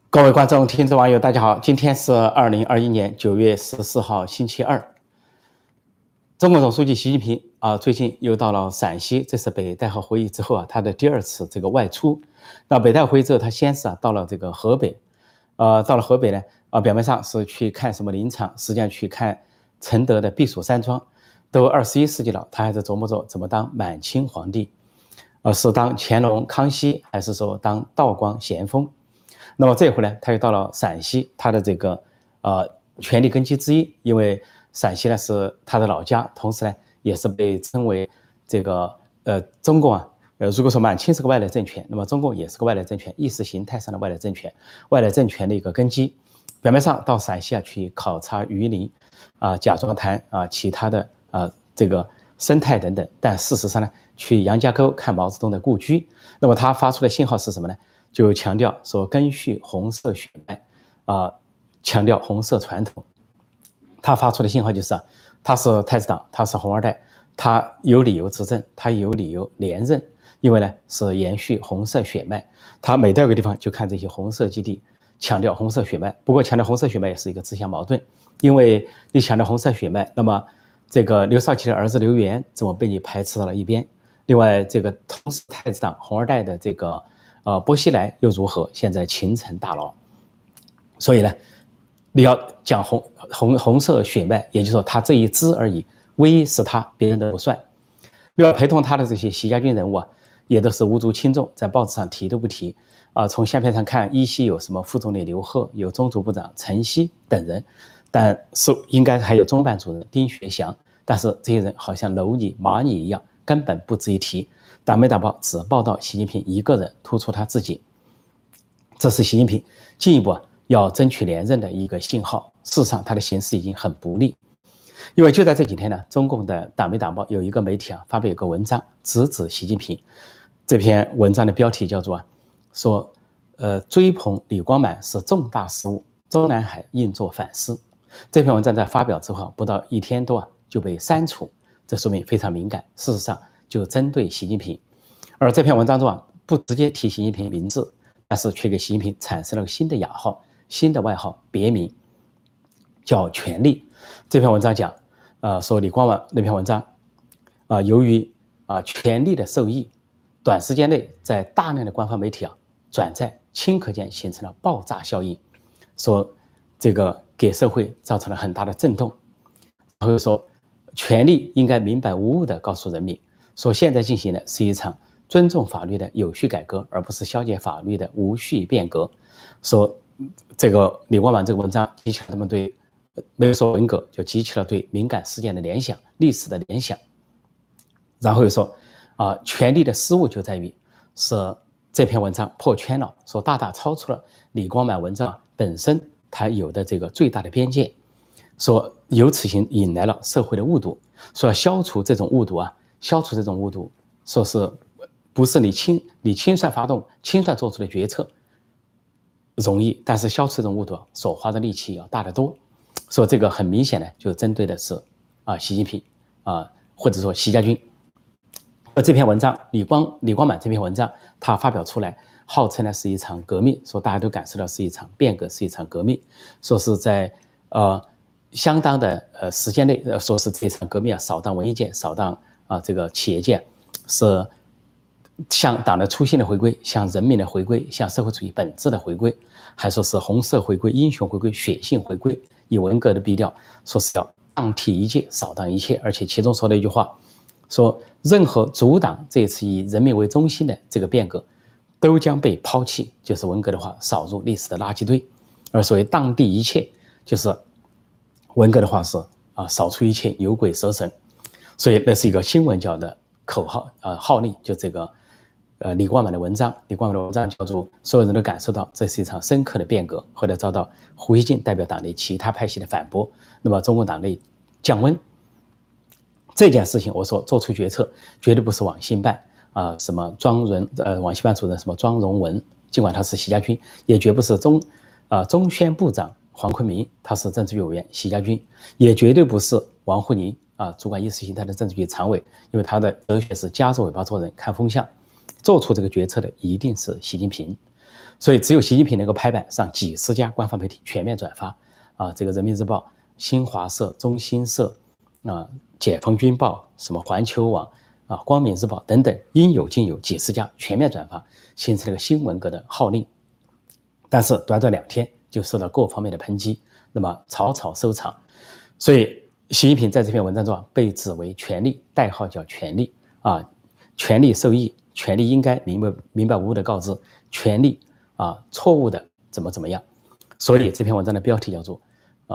各位观众、听众、网友，大家好！今天是2021年9月14号，星期二。中共总书记习近平最近又到了陕西，这是北戴河会议之后他的第二次这个外出。那北戴河会议之后，他先是到了这个河北，到了河北呢，表面上是去看什么林场，实际上去看承德的避暑山庄。都21世纪了，他还在琢磨着怎么当满清皇帝，是当乾隆、康熙，还是说当道光、咸丰？那么这回呢，他又到了陕西，他的这个权力根基之一，因为陕西呢是他的老家，同时呢也是被称为这个中共如果说满清是个外来政权，那么中共也是个外来政权，意识形态上的外来政权，外来政权的一个根基。表面上到陕西去考察榆林贾庄潭其他的这个生态等等，但事实上呢，去杨家沟看毛泽东的故居。那么他发出的信号是什么呢？就强调说根续红色血脉强调红色传统。他发出的信号就是他是太子党，他是红二代，他有理由执政，他有理由连任，因为呢是延续红色血脉。他每到一个地方就看这些红色基地，强调红色血脉。不过强调红色血脉也是一个自相矛盾，因为你强调红色血脉，那么这个刘少奇的儿子刘源怎么被你排斥到了一边？另外，这个同是太子党红二代的这个薄熙来又如何？现在秦城大牢，所以呢，你要讲红色血脉，也就是说他这一支而已，唯一是他，别人都不算。另外，陪同他的这些习家军人物也都是无足轻重，在报纸上提都不提从相片上看，依稀有什么副总理刘鹤，有中组部长陈希等人，但是应该还有中办主任丁学祥，但是这些人好像蝼蚁、蚂蚁一样，根本不值一提。党媒党报只报道习近平一个人，突出他自己，这是习近平进一步要争取连任的一个信号。事实上，他的形势已经很不利，因为就在这几天呢，中共的党媒党报有一个媒体发表一个文章，直指习近平。这篇文章的标题叫做说追捧李光满是重大失误，中南海应作反思。这篇文章在发表之后不到1天多就被删除，这说明非常敏感。事实上，就针对习近平，而这篇文章中不直接提习近平名字，但是却给习近平产生了新的雅号、新的外号、别名，叫权力。这篇文章讲，说李光满那篇文章，由于权力的受益，短时间内在大量的官方媒体转载，顷刻间形成了爆炸效应，说这个给社会造成了很大的震动。然后说，权力应该明白无误地告诉人民。说现在进行的是一场尊重法律的有序改革，而不是消解法律的无序变革。说这个李光满这个文章激起了他们对没有说文革，就激起了对敏感事件的联想、历史的联想。然后又说权力的失误就在于是这篇文章破圈了，说大大超出了李光满文章本身它有的这个最大的边界，说由此引来了社会的误读，说要消除这种误读消除这种误读，说是不是你轻率发动、轻率做出的决策容易，但是消除这种误读所花的力气要大得多。说这个很明显的就针对的是习近平或者说习家军。而这篇文章李光满这篇文章，他发表出来，号称呢是一场革命，说大家都感受到是一场变革，是一场革命，说是在相当的时间内，说是这场革命扫荡文艺界，扫荡这个企业界，是向党的初心的回归，向人民的回归，向社会主义本质的回归，还说是红色回归、英雄回归、血性回归，以文革的笔调，说是要荡涤一切、扫荡一切。而且其中说了一句话，说任何阻挡这次以人民为中心的这个变革，都将被抛弃，就是文革的话，扫入历史的垃圾堆。而所谓荡涤一切，就是文革的话是扫除一切牛鬼蛇神。所以那是一个新闻教的口号号令，就这个李光满的文章叫做所有人都感受到这是一场深刻的变革，后来遭到胡锡进代表党内其他派系的反驳，那么中共党内降温。这件事情我说做出决策绝对不是网信办什么网信办主任什么庄荣文，尽管他是习家军，也绝不是中宣部长黄坤明，他是政治局委员习家军，也绝对不是王沪宁主管意识形态的政治局常委，因为他的哲学是夹着尾巴做人，看风向。做出这个决策的一定是习近平。 所以只有习近平能够拍板，让几十家官方媒体全面转发这个人民日报、新华社、中新社解放军报、什么环球网光明日报等等，应有尽有，几十家全面转发，形成了个新文革的号令。但是短短2天就受到各方面的抨击，那么草草收场。所以习近平在这篇文章中被指为权力，代号叫权力权力受益，权力应该明白无误的告知，权力错误的怎么样。所以这篇文章的标题叫做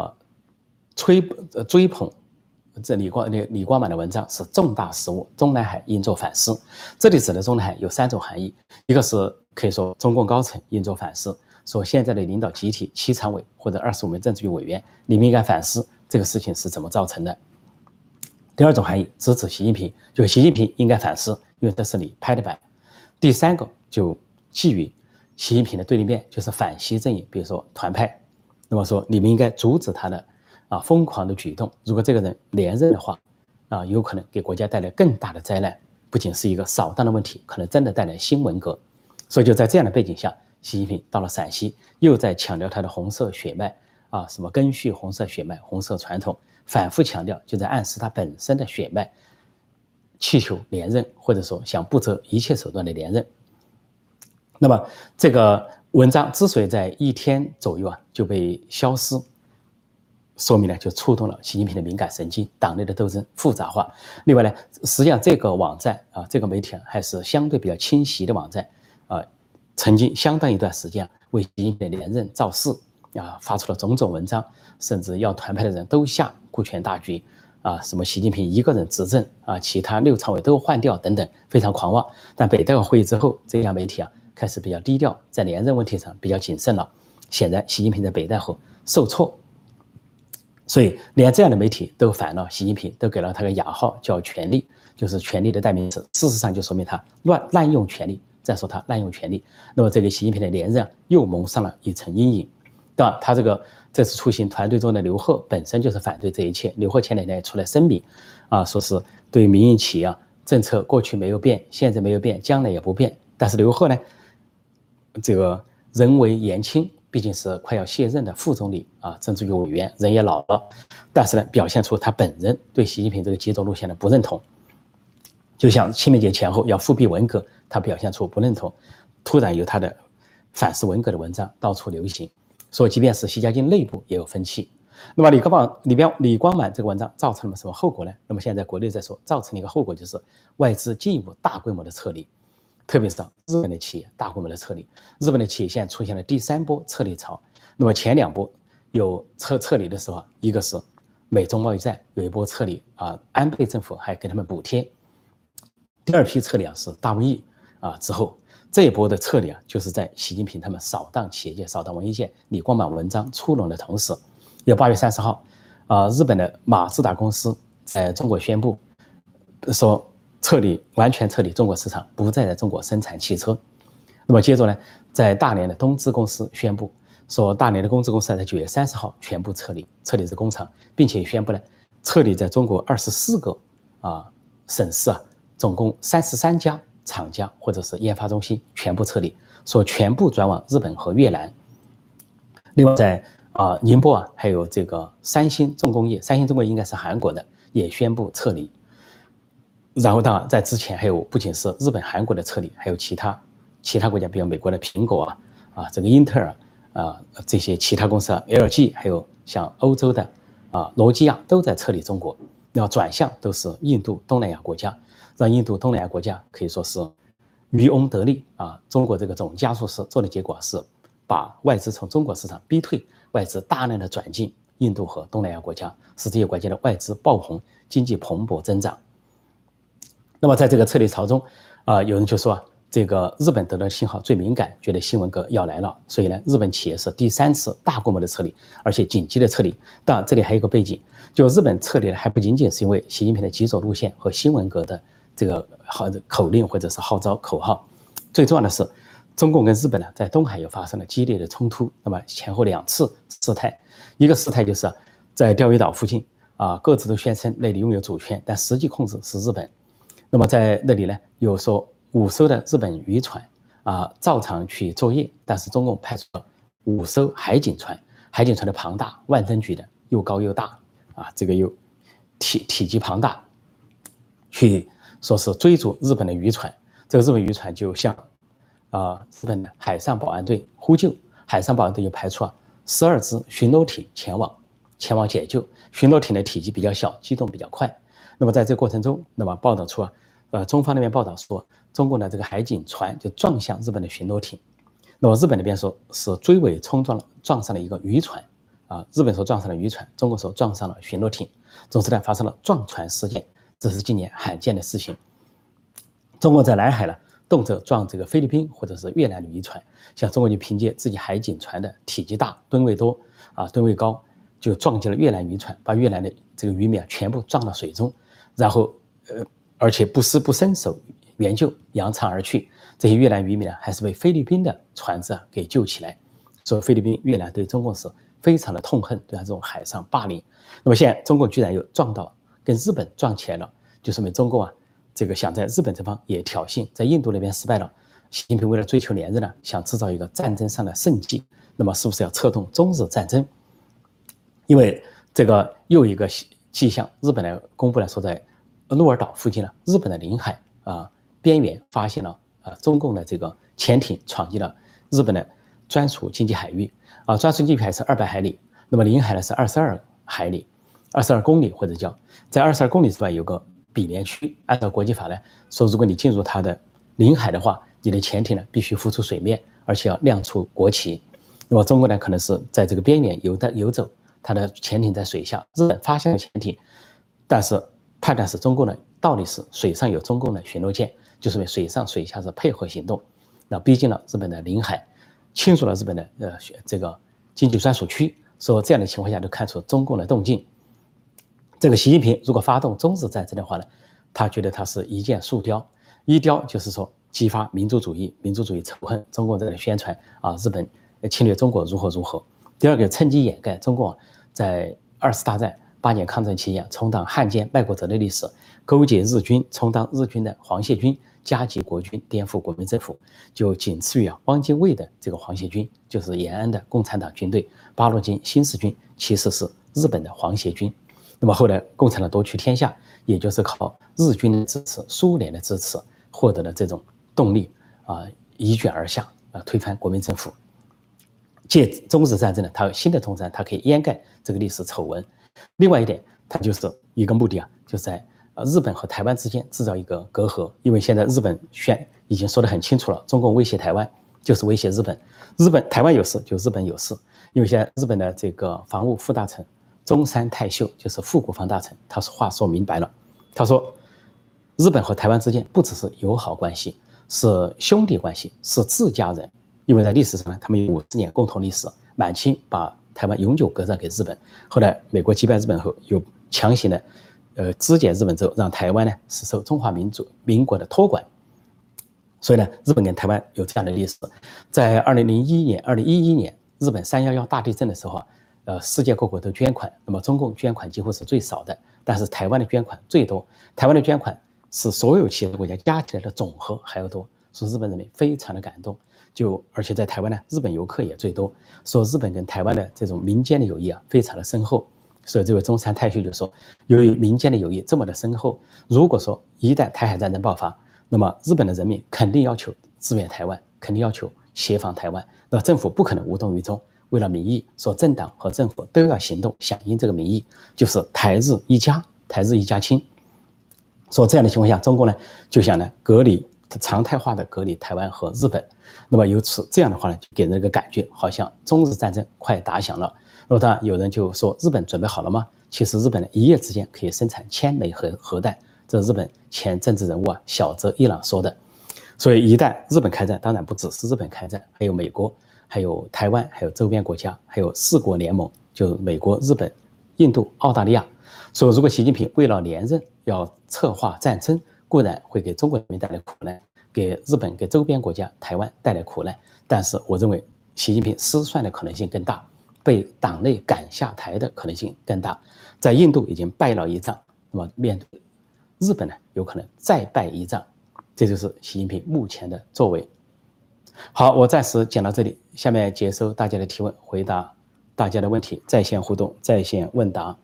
追捧这李光满的文章是重大失误，中南海应做反思。这里指的中南海有3种含义，一个是可以说中共高层应做反思，说现在的领导集体7常委或者25名政治局委员，你们应该反思这个事情是怎么造成的。第2种含义直指习近平，就习近平应该反思，因为这是你拍的板。第3个就基于习近平的对立面，就是反习阵营，比如说团派，那么说你们应该阻止他的疯狂的举动。如果这个人连任的话有可能给国家带来更大的灾难，不仅是一个扫荡的问题，可能真的带来新文革。所以就在这样的背景下，习近平到了陕西，又在强调他的红色血脉什么根续红色血脉、红色传统，反复强调，就在暗示他本身的血脉，祈求连任，或者说想不择一切手段的连任。那么这个文章之所以在1天左右就被消失，说明呢就触动了习近平的敏感神经，党内的斗争复杂化。另外呢，实际上这个网站这个媒体还是相对比较清晰的网站曾经相当一段时间为习近平的连任造势发出了种种文章，甚至要团派的人都下顾全大局什么习近平一个人执政其他6常委都换掉等等，非常狂妄。但北戴河会议之后，这家媒体开始比较低调，在连任问题上比较谨慎了。显然习近平在北戴河受挫，所以连这样的媒体都反了习近平，都给了他个雅号叫权力，就是权力的代名词。事实上就说明他滥用权力，再说他滥用权力，那么这个习近平的连任又蒙上了一层阴影。当然他这次出行团队中的刘鹤本身就是反对这一切。刘鹤前2天出来声明说是对民营企业政策过去没有变，现在没有变，将来也不变。但是刘鹤呢，这个人为言轻，毕竟是快要卸任的副总理政治局委员，人也老了，但是呢表现出他本人对习近平这个极左路线的不认同。就像清明节前后要复辟文革，他表现出不认同，突然有他的反思文革的文章到处流行。说即便是习家军内部也有分歧。那么李光满这个文章造成了什么后果呢？那么现在国内在说，造成了一个后果就是外资进一步大规模的撤离，特别是日本的企业大规模的撤离。日本的企业现在出现了第3波撤离潮。那么前2波有撤离的时候，一个是美中贸易战有一波撤离安倍政府还给他们补贴。第2批撤离是大瘟疫之后。这一波的撤离就是在习近平他们扫荡企业界、扫荡文艺界、李光满文章出笼的同时，有8月30号，日本的马自达公司在中国宣布说完全撤离中国市场，不再在中国生产汽车。那么接着呢，在大连的东芝公司宣布说，大连的东芝公司在9月30号全部撤离这工厂，并且宣布呢，撤离在中国24个省市总共33家。厂家或者是研发中心全部撤离，说全部转往日本和越南。另外在宁波还有这个三星重工业应该是韩国的，也宣布撤离。然后当然在之前还有不仅是日本、韩国的撤离，还有其他国家，比如美国的苹果这个英特尔这些其他公司LG， 还有像欧洲的诺基亚都在撤离中国，要转向都是印度、东南亚国家。让印度、东南亚国家可以说是渔翁得利中国这个总加速师做的结果是把外资从中国市场逼退，外资大量的转进印度和东南亚国家，使这些国家的外资爆红，经济蓬勃增长。那么在这个撤离潮中有人就说这个日本得到的信号最敏感，觉得新文革要来了，所以呢，日本企业是第3次大规模的撤离，而且紧急的撤离。当然这里还有一个背景，就日本撤离还不仅仅是因为习近平的极左路线和新文革的这个口令或者是号召口号，最重要的是中共跟日本在东海又发生了激烈的冲突。那么前后2次事态，一个事态就是在钓鱼岛附近各自都宣称那里拥有主权，但实际控制是日本。那么在那里呢，有说5艘的日本渔船照常去作业，但是中共派出了5艘海警船，海警船的庞大，万吨级的，又高又大这个又体积庞大，去说是追逐日本的渔船。这个日本渔船就向日本的海上保安队呼救，海上保安队就派出12只巡逻艇前往解救。巡逻艇的体积比较小，机动比较快。那么在这个过程中，那么报道出中方那边报道说，中共的这个海警船就撞向日本的巡逻艇。那么日本那边说是追尾撞上了一个渔船日本说撞上了渔船，中国说撞上了巡逻艇。总之呢，发生了撞船事件，这是今年罕见的事情。中国在南海呢，动辄撞这个菲律宾或者是越南的渔船，像中国就凭借自己海警船的体积大、吨位多吨位高，就撞击了越南渔船，把越南的这个渔民全部撞到水中，然后而且不伸手援救，扬长而去。这些越南渔民还是被菲律宾的船只给救起来。所以菲律宾、越南对中共是非常的痛恨，对这种海上霸凌。那么现在中共居然又撞到跟日本撞起来了，就说明中共这个想在日本这方也挑衅，在印度那边失败了。习近平为了追求连任呢，想制造一个战争上的胜机，那么是不是要策动中日战争？因为这个又一个迹象，日本呢公布了说，在鹿儿岛附近日本的领海边缘发现了中共的这个潜艇闯进了日本的专属经济海域专属经济海域是200海里，那么领海呢是22海里，22公里，或者叫在22公里之外有个比连区。按照国际法呢，说如果你进入它的领海的话，你的潜艇呢必须浮出水面，而且要亮出国旗。那么中国呢可能是在这个边缘游走，它的潜艇在水下，日本发现了潜艇，但是判断是中共的道理是水上有中共的巡逻舰，就是为水上水下是配合行动，那逼近了日本的领海，侵入了日本的这个经济专属区。所以这样的情况下就看出中共的动静。这个习近平如果发动中日战争的话呢，他觉得他是一箭数雕，一雕就是说激发民族主义仇恨，中共在这宣传日本侵略中国如何。第二个趁机掩盖中共在2次大战8年抗战期间充当汉奸卖国贼的历史，勾结日军，充当日军的皇协军，加急国军，颠覆国民政府，就仅次于汪精卫的这个皇协军，就是延安的共产党军队，八路军、新四军其实是日本的皇协军。那么后来共产党夺取天下，也就是靠日军的支持、苏联的支持获得了这种动力一卷而下推翻国民政府。借中日战争呢，它有新的通战，它可以掩盖这个历史丑闻。另外一点，它就是一个目的就是在日本和台湾之间制造一个隔阂。因为现在日本已经说得很清楚了，中共威胁台湾就是威胁日本，台湾有事就日本有事。因为现在日本的这个防务副大臣中山泰秀就是副国防大臣，他话说明白了，他说日本和台湾之间不只是友好关系，是兄弟关系，是自家人。因为在历史上呢，他们有50年共同历史，满清把台湾永久割让给日本，后来美国击败日本后又强行的肢解日本之后，让台湾呢是受中华民国的托管。所以呢，日本跟台湾有这样的历史。在2011年日本311大地震的时候世界各国都捐款，那么中共捐款几乎是最少的，但是台湾的捐款最多。台湾的捐款是所有其他国家加起来的总和还要多，说日本人民非常的感动。而且在台湾呢，日本游客也最多，说日本跟台湾的这种民间的友谊非常的深厚。所以这位中山泰秀就说，由于民间的友谊这么的深厚，如果说一旦台海战争爆发，那么日本的人民肯定要求支援台湾，肯定要求协防台湾，那政府不可能无动于衷。为了民意，说政党和政府都要行动响应这个民意，就是台日一家亲。说这样的情况下，中国呢就想呢常态化的隔离台湾和日本。那么由此这样的话呢，就给人一个感觉，好像中日战争快打响了。那么当然有人就说，日本准备好了吗？其实日本一夜之间可以生产1000枚核弹，这是日本前政治人物小泽一郎说的。所以一旦日本开战，当然不只是日本开战，还有美国，还有台湾，还有周边国家，还有4国联盟，就是美国、日本、印度、澳大利亚。所以如果习近平为了连任要策划战争，固然会给中国人民带来苦难，给日本、给周边国家、台湾带来苦难，但是我认为习近平失算的可能性更大，被党内赶下台的可能性更大。在印度已经败了一仗，那么面对日本呢，有可能再败一仗，这就是习近平目前的作为。 好，我暂时讲到这里，下面接收大家的提问，回答大家的问题，在线互动，在线问答。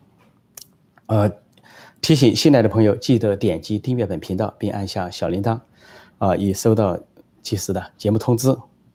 提醒新来的朋友记得点击订阅本频道，并按下小铃铛，以收到及时的节目通知。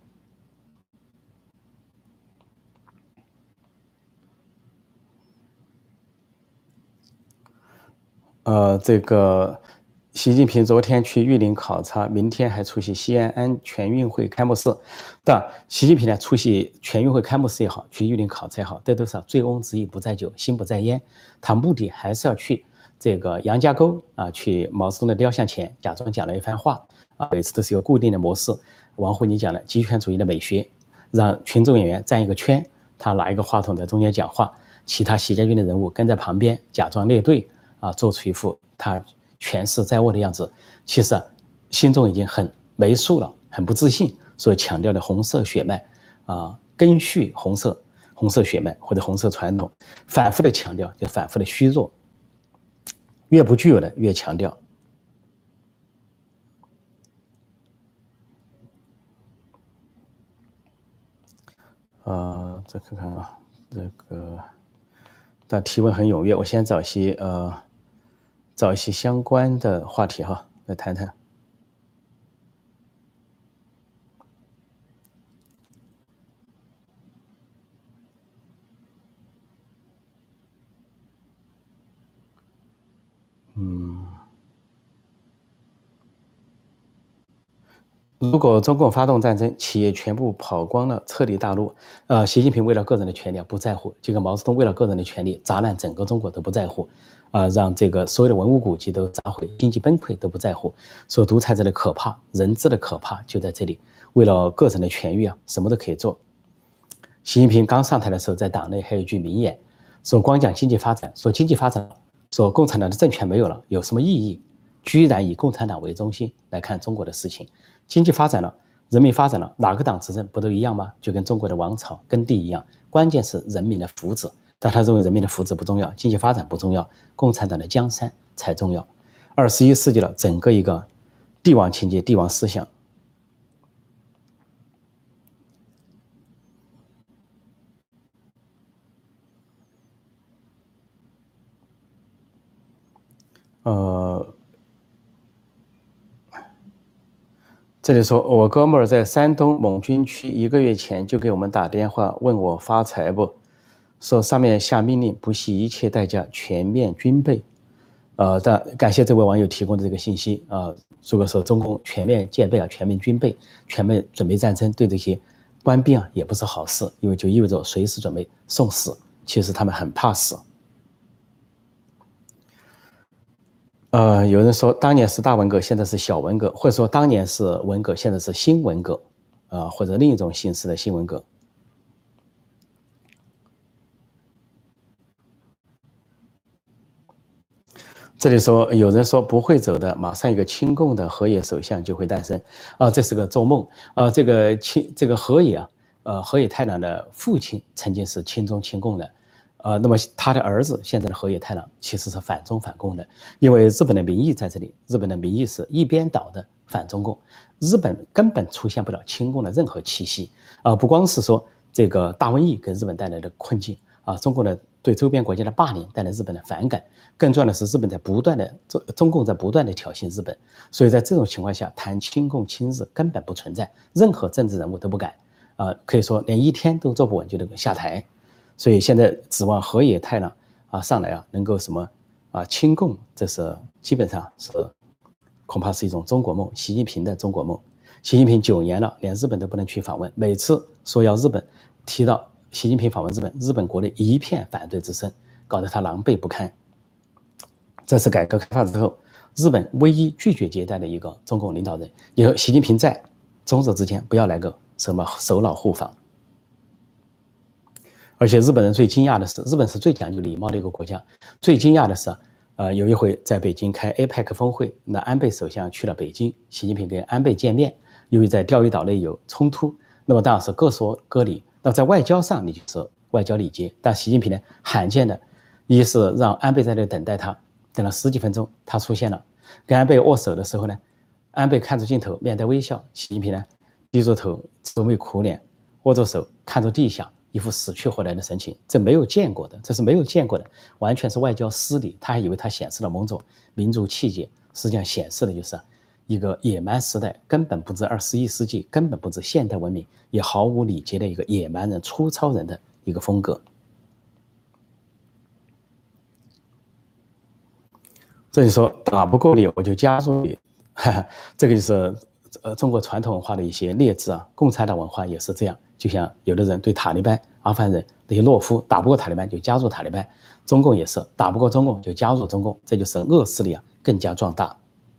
这个习近平昨天去玉林考察，明天还出席西安全运会开幕式。但习近平呢，出席全运会开幕式也好，去玉林考察也好，这都是醉翁之意不在酒，心不在焉。他目的还是要去这个杨家沟去毛泽东的雕像前，假装讲了一番话每次都是有固定的模式。王沪宁讲了极权主义的美学，让群众演员站一个圈，他拿一个话筒在中间讲话，其他习家军的人物跟在旁边，假装列队做出一副他权势在握的样子。其实心中已经很没数了，很不自信，所以强调的红色血脉根续红色血脉或者红色传统，反复的强调，就反复的虚弱，越不具有的越强调。再看看这个但提问很踊跃，我先找一些相关的话题来谈谈。如果中共发动战争，企业全部跑光了，撤离大陆，习近平为了个人的权利不在乎，就跟毛泽东为了个人的权利砸烂整个中国都不在乎，让这个所有的文物古迹都砸毁，经济崩溃都不在乎。所以独裁者的可怕，人治的可怕就在这里，为了个人的权益什么都可以做。习近平刚上台的时候，在党内还有一句名言，说光讲经济发展，说经济发展，说共产党的政权没有了，有什么意义？居然以共产党为中心来看中国的事情。经济发展了，人民发展了，哪个党执政不都一样吗？就跟中国的王朝耕地一样，关键是人民的福祉。但他认为人民的福祉不重要，经济发展不重要，共产党的江山才重要。21世纪了，整个一个帝王情结、帝王思想。这里说，我哥们儿在山东蒙军区1个月前就给我们打电话问我发财不，说上面下命令不惜一切代价全面军备。但感谢这位网友提供的这个信息如果说中共全面戒备全面军备，全面准备战争，对这些官兵也不是好事，因为就意味着随时准备送死。其实他们很怕死。有人说当年是大文革，现在是小文革，或者说当年是文革，现在是新文革，或者另一种形式的新文革。这里说有人说不会走的，马上一个亲共的河野首相就会诞生这是个做梦这个河野河野太郎的父亲曾经是亲中亲共的。那么他的儿子现在的河野太郎其实是反中反共的，因为日本的民意在这里，日本的民意是一边倒的反中共，日本根本出现不了亲共的任何气息不光是说这个大瘟疫给日本带来的困境中共的对周边国家的霸凌带来日本的反感，更重要的是日本在不断的中共在不断的挑衅日本，所以在这种情况下谈亲共亲日根本不存在，任何政治人物都不敢可以说连1天都坐不稳就能够下台。所以现在指望河野太郎上来能够什么亲共，这是基本上是恐怕是一种中国梦，习近平的中国梦。习近平9年了，连日本都不能去访问，每次说要日本，提到习近平访问日本，日本国内一片反对之声，搞得他狼狈不堪。这是改革开放之后日本唯一拒绝接待的一个中共领导人，以后习近平在，中日之间不要来个什么首脑互访。而且日本人最惊讶的是，日本是最讲究礼貌的一个国家。最惊讶的是有一回在北京开 APEC 峰会，那安倍首相去了北京，习近平跟安倍见面，由于在钓鱼岛内有冲突，那么当然是各说各理。那在外交上你就是外交礼节，但习近平呢，罕见的，一是让安倍在那里等待他，等了10几分钟，他出现了，跟安倍握手的时候呢，安倍看着镜头面带微笑，习近平呢低着头，愁眉苦脸，握着手，看着地下，一副死去活来的神情。这没有见过的，这是没有见过的，完全是外交失礼。他还以为他显示了某种民族气节，实际上显示的就是一个野蛮时代，根本不知21世纪，根本不知现代文明，也毫无礼节的一个野蛮人、粗糙人的一个风格。这就说打不过你，我就加入你，这个就是中国传统文化的一些劣质啊。共产党文化也是这样，就像有的人对塔利班、阿富汗人那些懦夫打不过塔利班就加入塔利班，中共也是打不过中共就加入中共，这就是恶势力啊更加壮大。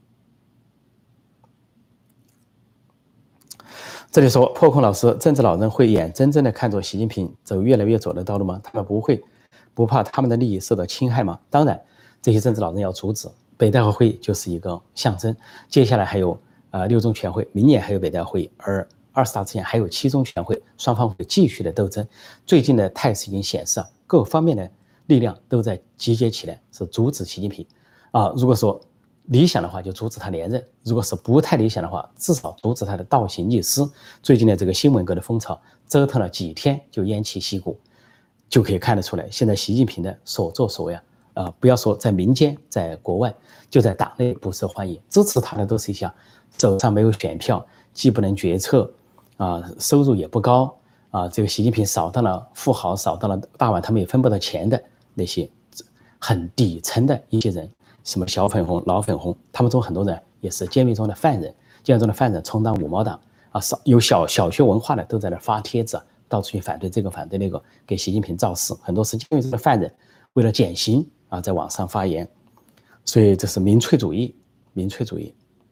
这里说破空老师，政治老人会眼睁睁的看着习近平走越来越左的道路吗？他们不怕他们的利益受到侵害吗？当然，这些政治老人要阻止。北戴河会议就是一个象征，接下来还有6中全会，明年还有北戴河会议，而20大之前还有7中全会，双方会继续的斗争。最近的态势已经显示，各方面的力量都在集结起来，是阻止习近平。如果说理想的话，就阻止他连任；如果是不太理想的话，至少阻止他的倒行逆施。最近的这个新文革的风潮，折腾了几天就偃旗息鼓，就可以看得出来，现在习近平的所作所为不要说在民间，在国外，就在党内不受欢迎。支持他的都是一些手上没有选票，既不能决策收入也不高这个习近平扫荡了富豪，扫荡了大碗他们也分不到钱的那些很底层的一些人。什么小粉红、老粉红，他们中很多人也是监狱中的犯人，监狱中的犯人充当五毛党有小学文化的都在那发帖子，到处去反对这个反对那个，给习近平造势。很多是监狱中的犯人为了减刑在网上发言，所以这是民粹主义，民粹主义。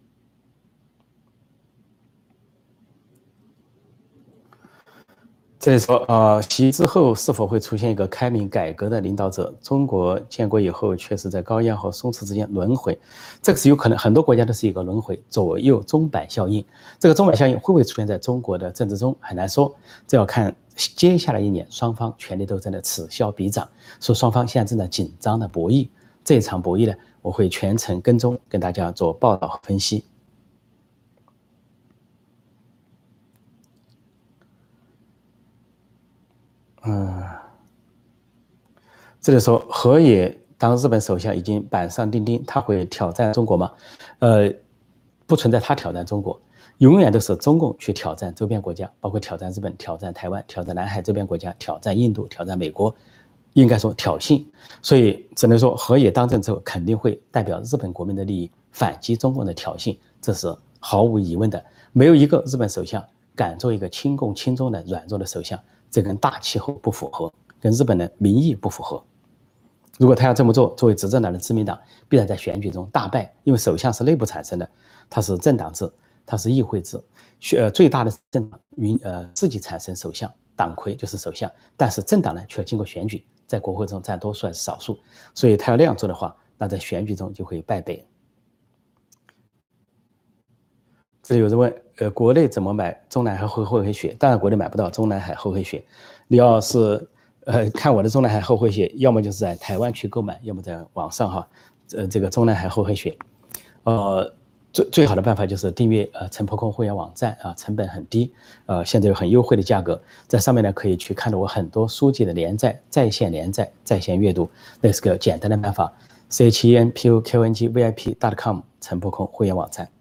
这里说习之后是否会出现一个开明改革的领导者？中国建国以后确实在高压和松弛之间轮回，这个是有可能，很多国家都是一个轮回，左右钟摆效应。这个钟摆效应会不会出现在中国的政治中，很难说，这要看接下来1年双方权力斗争的此消彼长。说双方现在正在紧张的博弈，这场博弈呢，我会全程跟踪，跟大家做报道和分析。这里说河野当日本首相已经板上钉钉，他会挑战中国吗？不存在他挑战中国，永远都是中共去挑战周边国家，包括挑战日本、挑战台湾、挑战南海周边国家、挑战印度、挑战美国，应该说挑衅。所以只能说河野当政之后肯定会代表日本国民的利益反击中共的挑衅，这是毫无疑问的。没有一个日本首相敢做一个亲共亲中的软弱的首相，这跟大气候不符合，跟日本的民意不符合。如果他要这么做，作为执政党的自民党必然在选举中大败，因为首相是内部产生的，它是政党制，它是议会制，最大的政党自己产生首相，党魁就是首相，但是政党呢却要经过选举，在国会中占多数还是少数，所以他要那样做的话，那在选举中就会败北。这里有人问，国内怎么买中南海后黑血？当然国内买不到中南海后黑血，你要是看我的中南海后黑血，要么就是在台湾去购买，要么在网上这个中南海后黑血，最好的办法就是订阅陈破空会员网站成本很低，现在有很优惠的价格，在上面呢可以去看到我很多书籍的连载、在线连载、在线阅读，那是个简单的办法。CHENPOKONGVIP.com 陈破空会员网站。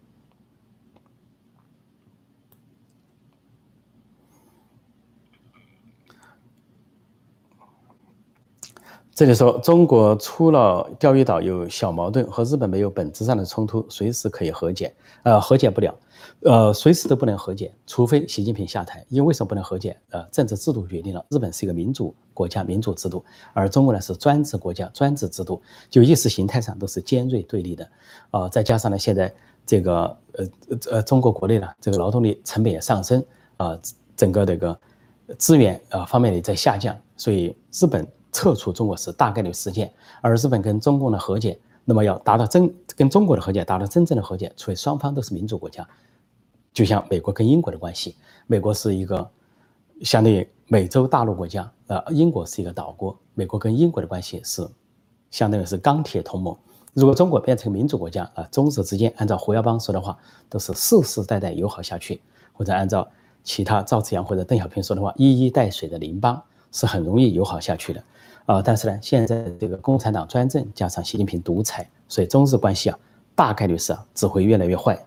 这里说，中国除了钓鱼岛有小矛盾，和日本没有本质上的冲突，随时可以和解。和解不了，随时都不能和解，除非习近平下台。因为为什么不能和解？政治制度决定了，日本是一个民主国家，民主制度，而中国呢是专制国家，专制制度，就意识形态上都是尖锐对立的。再加上呢，现在这个中国国内呢，这个劳动力成本也上升，整个这个资源方面也在下降，所以日本撤出中国是大概率事件，而日本跟中共的和解，那么要达到跟中国的和解，达到真正的和解，除非双方都是民主国家，就像美国跟英国的关系，美国是一个相对于美洲大陆国家，英国是一个岛国，美国跟英国的关系是相当于是钢铁同盟。如果中国变成民主国家中日之间按照胡耀邦说的话，都是世世代代友好下去， 或者按照其他赵紫阳或者邓小平说的话，一衣带水的邻邦是很容易友好下去的。但是呢，现在这个共产党专政加上习近平独裁，所以中日关系大概率是只会越来越坏。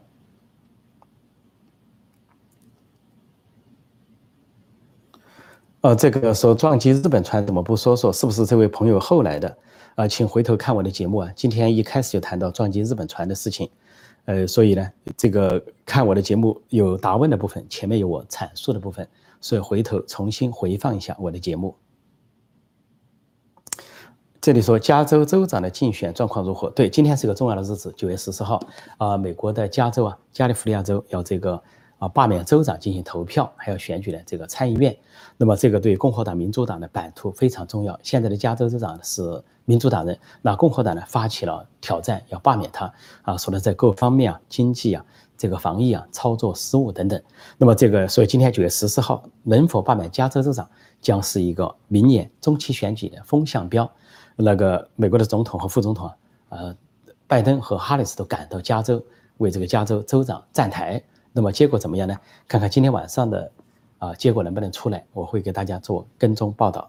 这个说撞击日本船怎么不说说？是不是这位朋友后来的？请回头看我的节目啊。今天一开始就谈到撞击日本船的事情，所以呢，这个看我的节目有答问的部分，前面有我阐述的部分，所以回头重新回放一下我的节目。这里说加州州长的竞选状况如何？对，今天是个重要的日子，9月14号，美国的加州加利福尼亚州要这个罢免州长进行投票，还要选举的这个参议院。那么这个对共和党、民主党的版图非常重要。现在的加州州长是民主党人，那共和党呢发起了挑战，要罢免他说的在各方面经济这个防疫操作失误等等。那么这个，所以今天9月14号能否罢免加州州长，将是一个明年中期选举的风向标。那个美国的总统和副总统拜登和哈里斯都赶到加州为这个加州州长站台。那么结果怎么样呢？看看今天晚上的结果能不能出来，我会给大家做跟踪报道。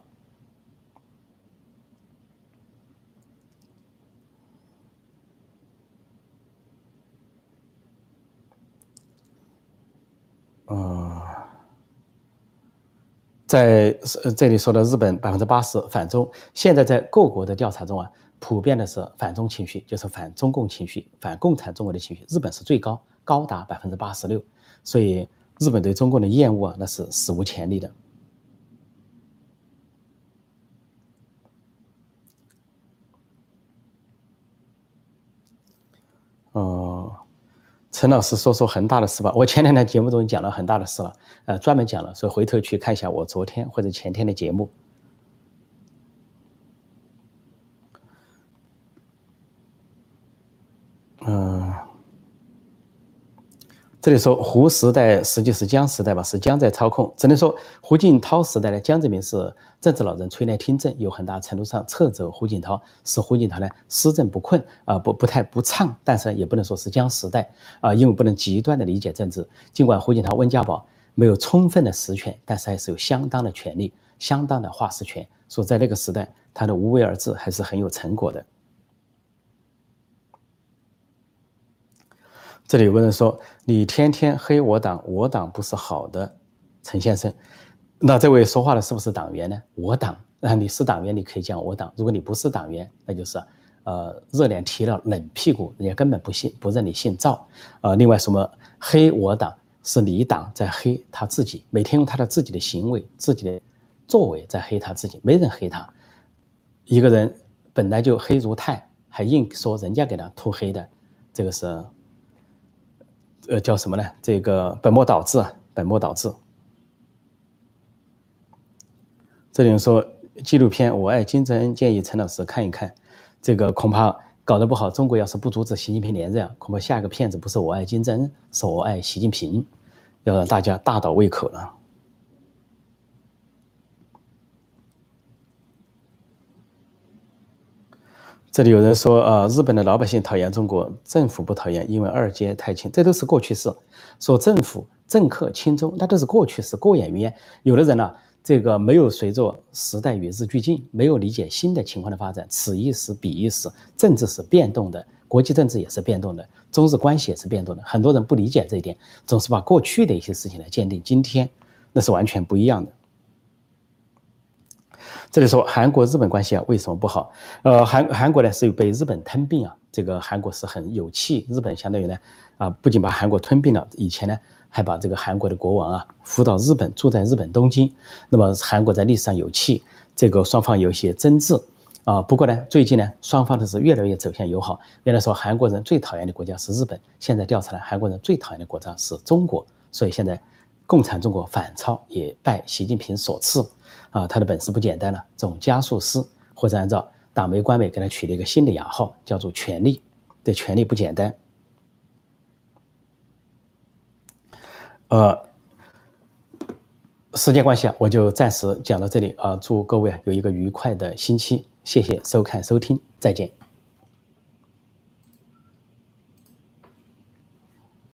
在这里说的日本80%反中，现在在各国的调查中普遍的是反中情绪，就是反中共情绪、反共产中国的情绪。日本是最高，高达86%，所以日本对中共的厌恶那是史无前例的。陈老师说说恒大的事吧。我前两天节目中讲了恒大的事了，专门讲了，所以回头去看一下我昨天或者前天的节目。这里说胡时代实际是江时代吧，是江在操控。只能说胡锦涛时代的江泽民是政治老人垂帘听政，有很大程度上撤走胡锦涛，使胡锦涛呢施政不困不畅。但是也不能说是江时代因为不能极端的理解政治。尽管胡锦涛、温家宝没有充分的实权，但是还是有相当的权力、相当的话事权。所以在那个时代，他的无为而治还是很有成果的。这里有个人说你天天黑我党，我党不是好的，陈先生。那这位说话的是不是党员呢？我党，你是党员你可以讲我党，如果你不是党员，那就是热脸贴了冷屁股，人家根本不认你姓赵。另外什么黑我党是你党在黑他自己，每天用他的自己的行为、自己的作为在黑他自己，没人黑他。一个人本来就黑如泰，还硬说人家给他涂黑的，这个是。叫什么呢？这个本末倒置本末倒置。这里说纪录片《我爱金正恩》，建议陈老师看一看。这个恐怕搞得不好，中国要是不阻止习近平连任，恐怕下一个片子不是我爱金正恩，是我爱习近平，要让大家大倒胃口了。这里有人说日本的老百姓讨厌中国，政府不讨厌，因为二阶太轻，这都是过去式。说政府政客亲中，那都是过去式，过眼云烟。有的人这个没有随着时代与日俱进，没有理解新的情况的发展，此一时彼一时，政治是变动的，国际政治也是变动的，中日关系也是变动的。很多人不理解这一点，总是把过去的一些事情来鉴定今天，那是完全不一样的。这里说韩国日本关系为什么不好？韩国呢是有被日本吞并这个韩国是很有气，日本相当于呢不仅把韩国吞并了，以前呢还把这个韩国的国王扶到日本，住在日本东京。那么韩国在历史上有气，这个双方有一些争执不过呢最近呢双方都是越来越走向友好。原来说韩国人最讨厌的国家是日本，现在调查了韩国人最讨厌的国家是中国，所以现在共产中国反超也拜习近平所赐他的本事不简单了，这种加速师，或者按照党媒官媒给他取了一个新的雅号，叫做权力。这权力不简单。时间关系我就暂时讲到这里祝各位有一个愉快的星期，谢谢收看收听，再见。